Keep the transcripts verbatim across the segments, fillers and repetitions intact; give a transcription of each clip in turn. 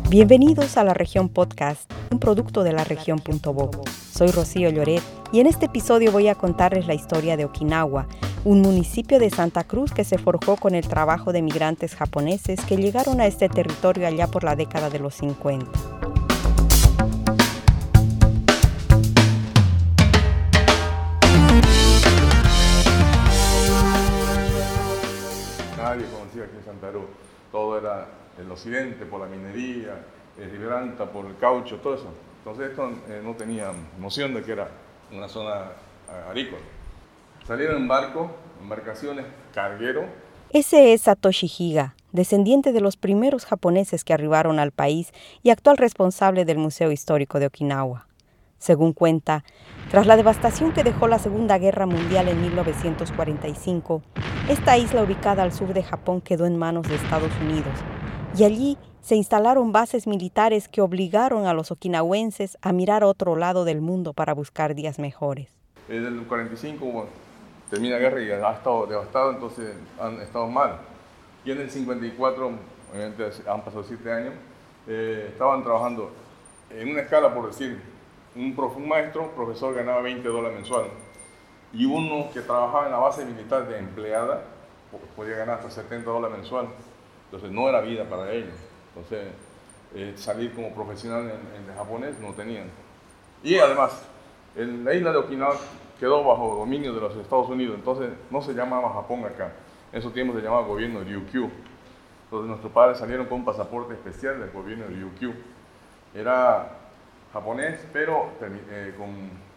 Bienvenidos a La Región Podcast, un producto de la región punto bo. Soy Rocío Lloret y en este episodio voy a contarles la historia de Okinawa, un municipio de Santa Cruz que se forjó con el trabajo de migrantes japoneses que llegaron a este territorio allá por la década de los cincuenta. Nadie conocía aquí en Santa Cruz, todo era el occidente por la minería, el Riberanta por el caucho, todo eso. Entonces esto eh, no tenía noción de que era una zona agrícola. Salieron en barco, embarcaciones, carguero. Ese es Satoshi Higa, descendiente de los primeros japoneses que arribaron al país y actual responsable del Museo Histórico de Okinawa. Según cuenta, tras la devastación que dejó la Segunda Guerra Mundial en mil novecientos cuarenta y cinco, esta isla ubicada al sur de Japón quedó en manos de Estados Unidos, y allí se instalaron bases militares que obligaron a los okinawenses a mirar a otro lado del mundo para buscar días mejores. Desde el cuarenta y cinco bueno, termina la guerra y ha estado devastado, entonces han estado mal. Y en el cincuenta y cuatro, obviamente han pasado siete años, eh, estaban trabajando en una escala, por decir, un, prof, un maestro, profesor ganaba veinte dólares mensuales, y uno que trabajaba en la base militar de empleada podía ganar hasta setenta dólares mensuales. Entonces no era vida para ellos. Entonces eh, salir como profesional en, en el japonés no tenían. Y además, en la isla de Okinawa quedó bajo dominio de los Estados Unidos, entonces no se llamaba Japón acá. En esos tiempos se llamaba gobierno Ryukyu. Entonces nuestros padres salieron con un pasaporte especial del gobierno Ryukyu. Era japonés, pero eh, con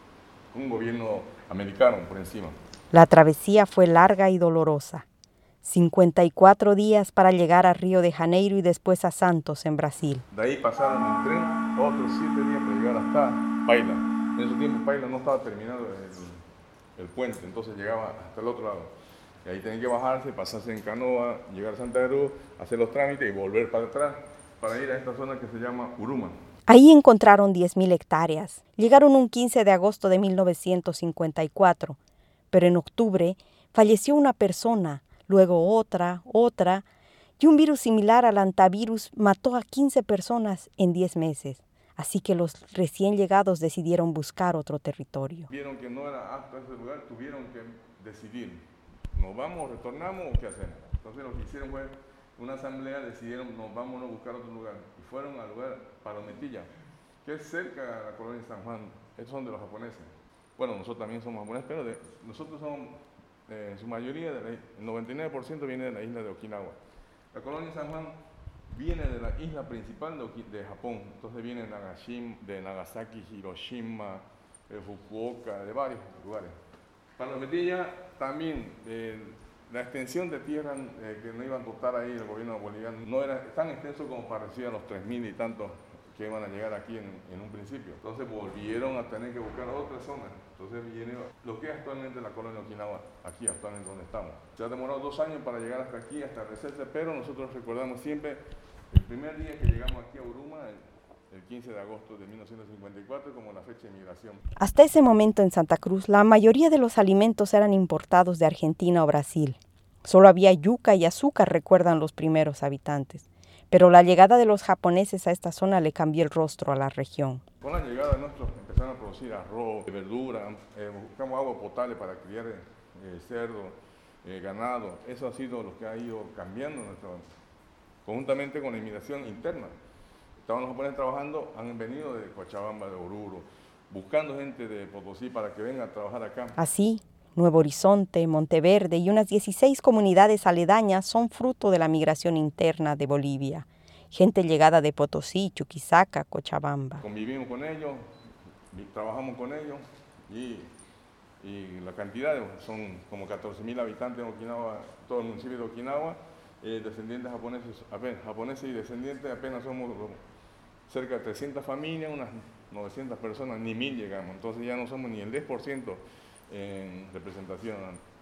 un gobierno americano por encima. La travesía fue larga y dolorosa. cincuenta y cuatro días para llegar a Río de Janeiro y después a Santos, en Brasil. De ahí pasaron en tren otros siete días para llegar hasta Paila. En ese tiempo Paila no estaba terminado el, el puente, entonces llegaba hasta el otro lado. Y ahí tenían que bajarse, pasarse en canoa, llegar a Santa Cruz, hacer los trámites y volver para atrás para ir a esta zona que se llama Uruma. Ahí encontraron diez mil hectáreas. Llegaron un quince de agosto de mil novecientos cincuenta y cuatro, pero en octubre falleció una persona, luego otra, otra, y un virus similar al antivirus mató a quince personas en diez meses. Así que los recién llegados decidieron buscar otro territorio. Vieron que no era apto ese lugar, tuvieron que decidir, ¿nos vamos, retornamos o qué hacemos? Entonces lo que hicieron fue una asamblea, decidieron, nos vamos a buscar otro lugar. Y fueron al lugar Palometilla, que es cerca de la colonia de San Juan. Estos son de los japoneses. Bueno, nosotros también somos japoneses, pero de, nosotros somos... Eh, en su mayoría, de la, el noventa y nueve por ciento viene de la isla de Okinawa. La colonia San Juan viene de la isla principal de, de Japón, entonces viene de, Nagashima, de Nagasaki, Hiroshima, eh, Fukuoka, de varios lugares. Palometilla también, eh, la extensión de tierra eh, que no iban a dotar ahí el gobierno boliviano no era tan extenso como para recibir a los tres mil y tantos que iban a llegar aquí en, en un principio. Entonces volvieron a tener que buscar otra zona. Entonces viene lo que es actualmente la colonia de Okinawa, aquí actualmente donde estamos. Se ha demorado dos años para llegar hasta aquí, hasta Reserva, pero nosotros recordamos siempre el primer día que llegamos aquí a Uruma, el, el quince de agosto de mil novecientos cincuenta y cuatro, como la fecha de migración. Hasta ese momento en Santa Cruz, la mayoría de los alimentos eran importados de Argentina o Brasil. Solo había yuca y azúcar, recuerdan los primeros habitantes. Pero la llegada de los japoneses a esta zona le cambió el rostro a la región. Con la llegada de nuestros empezaron a producir arroz, verdura, eh, buscamos agua potable para criar eh, cerdo, eh, ganado. Eso ha sido lo que ha ido cambiando nuestro, conjuntamente con la inmigración interna. Estaban los japoneses trabajando, han venido de Cochabamba, de Oruro, buscando gente de Potosí para que venga a trabajar acá. Así, Nuevo Horizonte, Monteverde y unas dieciséis comunidades aledañas son fruto de la migración interna de Bolivia. Gente llegada de Potosí, Chuquisaca, Cochabamba. Convivimos con ellos, trabajamos con ellos y, y la cantidad son como catorce mil habitantes en Okinawa, todo el municipio de Okinawa, eh, descendientes japoneses, apenas, japoneses y descendientes, apenas somos cerca de trescientas familias, unas novecientas personas, ni mil llegamos, entonces ya no somos ni el diez por ciento en representación.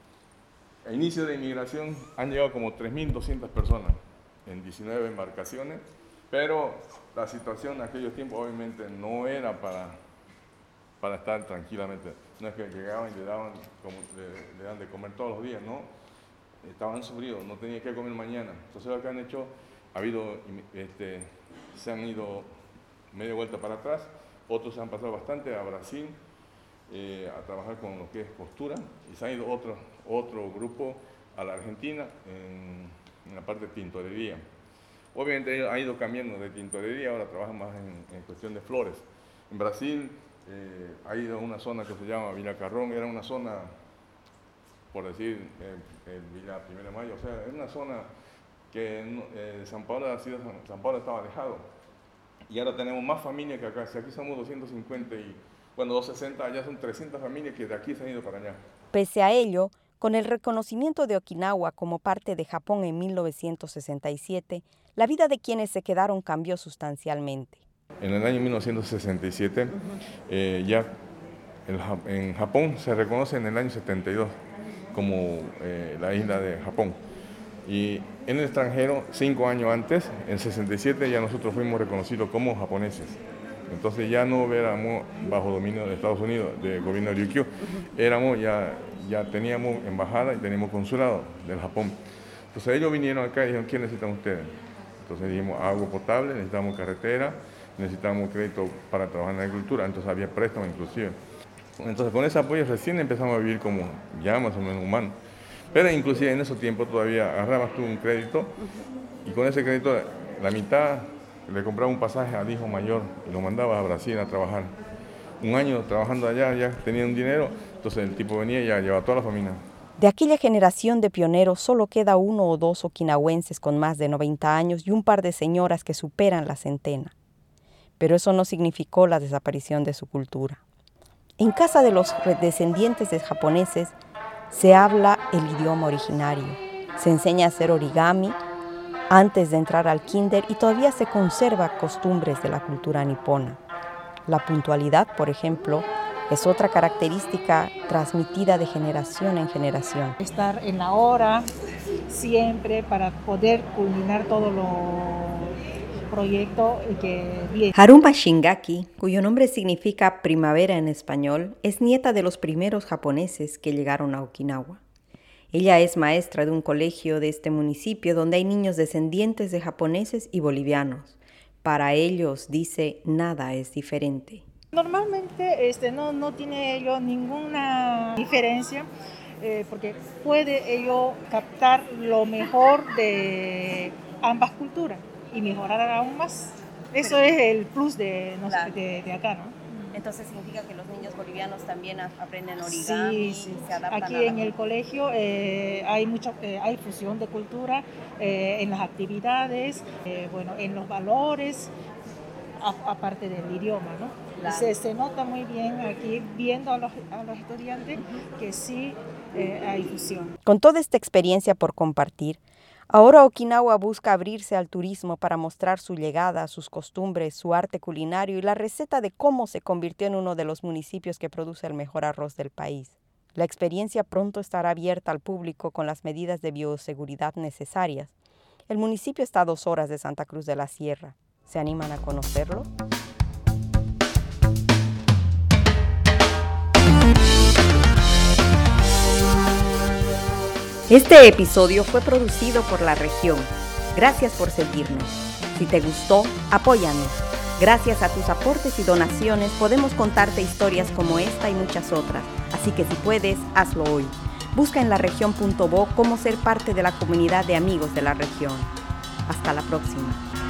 A inicio de inmigración han llegado como tres mil doscientas personas en diecinueve embarcaciones, pero la situación en aquellos tiempos obviamente no era para, para estar tranquilamente. No es que llegaban y le daban, como, le, le dan de comer todos los días, no. Estaban sufridos, no tenían que comer mañana. Entonces lo que han hecho, ha habido este, se han ido media vuelta para atrás, otros se han pasado bastante a Brasil eh, a trabajar con lo que es costura, y se han ido otro, otro grupo a la Argentina en, en la parte de tintorería. Obviamente ellos han ido cambiando de tintorería, ahora trabajan más en, en cuestión de flores. En Brasil eh, ha ido a una zona que se llama Villa Carrón, era una zona, por decir, eh, eh, Villa Primero de Mayo, o sea, es una zona que eh, San Pablo, San Pablo estaba alejado. Y ahora tenemos más familias que acá. Si aquí somos doscientos cincuenta y, bueno, doscientos sesenta, allá son trescientas familias que de aquí se han ido para allá. Pese a ello, con el reconocimiento de Okinawa como parte de Japón en mil novecientos sesenta y siete, la vida de quienes se quedaron cambió sustancialmente. En el año mil novecientos sesenta y siete, uh-huh. eh, ya el, en Japón se reconoce en el año setenta y dos como eh, la isla de Japón. Y en el extranjero, cinco años antes, en sesenta y siete, ya nosotros fuimos reconocidos como japoneses. Entonces ya no éramos bajo dominio de Estados Unidos, del gobierno de Ryukyu, éramos ya, ya teníamos embajada y teníamos consulado del Japón. Entonces ellos vinieron acá y dijeron, ¿qué necesitan ustedes? Entonces dijimos, agua potable, necesitamos carretera, necesitamos crédito para trabajar en la agricultura, entonces había préstamo inclusive. Entonces con ese apoyo recién empezamos a vivir como ya más o menos humanos. Pero inclusive en esos tiempos todavía agarrabas tú un crédito y con ese crédito la mitad le compraba un pasaje al hijo mayor y lo mandaba a Brasil a trabajar. Un año trabajando allá, ya tenía un dinero, entonces el tipo venía y ya llevaba a toda la familia. De aquella generación de pioneros solo queda uno o dos okinawenses con más de noventa años y un par de señoras que superan la centena. Pero eso no significó la desaparición de su cultura. En casa de los descendientes de japoneses se habla el idioma originario, se enseña a hacer origami antes de entrar al kinder y todavía se conserva costumbres de la cultura nipona. La puntualidad, por ejemplo, es otra característica transmitida de generación en generación. Estar en la hora siempre para poder culminar todo lo proyecto que viene. Haruma Shingaki, cuyo nombre significa primavera en español, es nieta de los primeros japoneses que llegaron a Okinawa. Ella es maestra de un colegio de este municipio donde hay niños descendientes de japoneses y bolivianos. Para ellos, dice, nada es diferente. Normalmente este, no, no tiene ello ninguna diferencia eh, porque puede ello captar lo mejor de ambas culturas y mejorar aún más. Eso Pero, es el plus de, no, claro. de, de acá, ¿no? Entonces significa que los niños bolivianos también aprenden origami, sí, sí. se adaptan Aquí a la... en el colegio eh, hay mucha, eh, hay fusión de cultura eh, en las actividades, eh, bueno, en los valores, a, aparte del idioma, ¿no? Claro. Se, se nota muy bien aquí viendo a los, a los estudiantes que sí eh, hay fusión. Con toda esta experiencia por compartir, ahora Okinawa busca abrirse al turismo para mostrar su llegada, sus costumbres, su arte culinario y la receta de cómo se convirtió en uno de los municipios que produce el mejor arroz del país. La experiencia pronto estará abierta al público con las medidas de bioseguridad necesarias. El municipio está a dos horas de Santa Cruz de la Sierra. ¿Se animan a conocerlo? Este episodio fue producido por La Región. Gracias por seguirnos. Si te gustó, apóyanos. Gracias a tus aportes y donaciones podemos contarte historias como esta y muchas otras. Así que si puedes, hazlo hoy. Busca en laregion punto bo cómo ser parte de la comunidad de amigos de La Región. Hasta la próxima.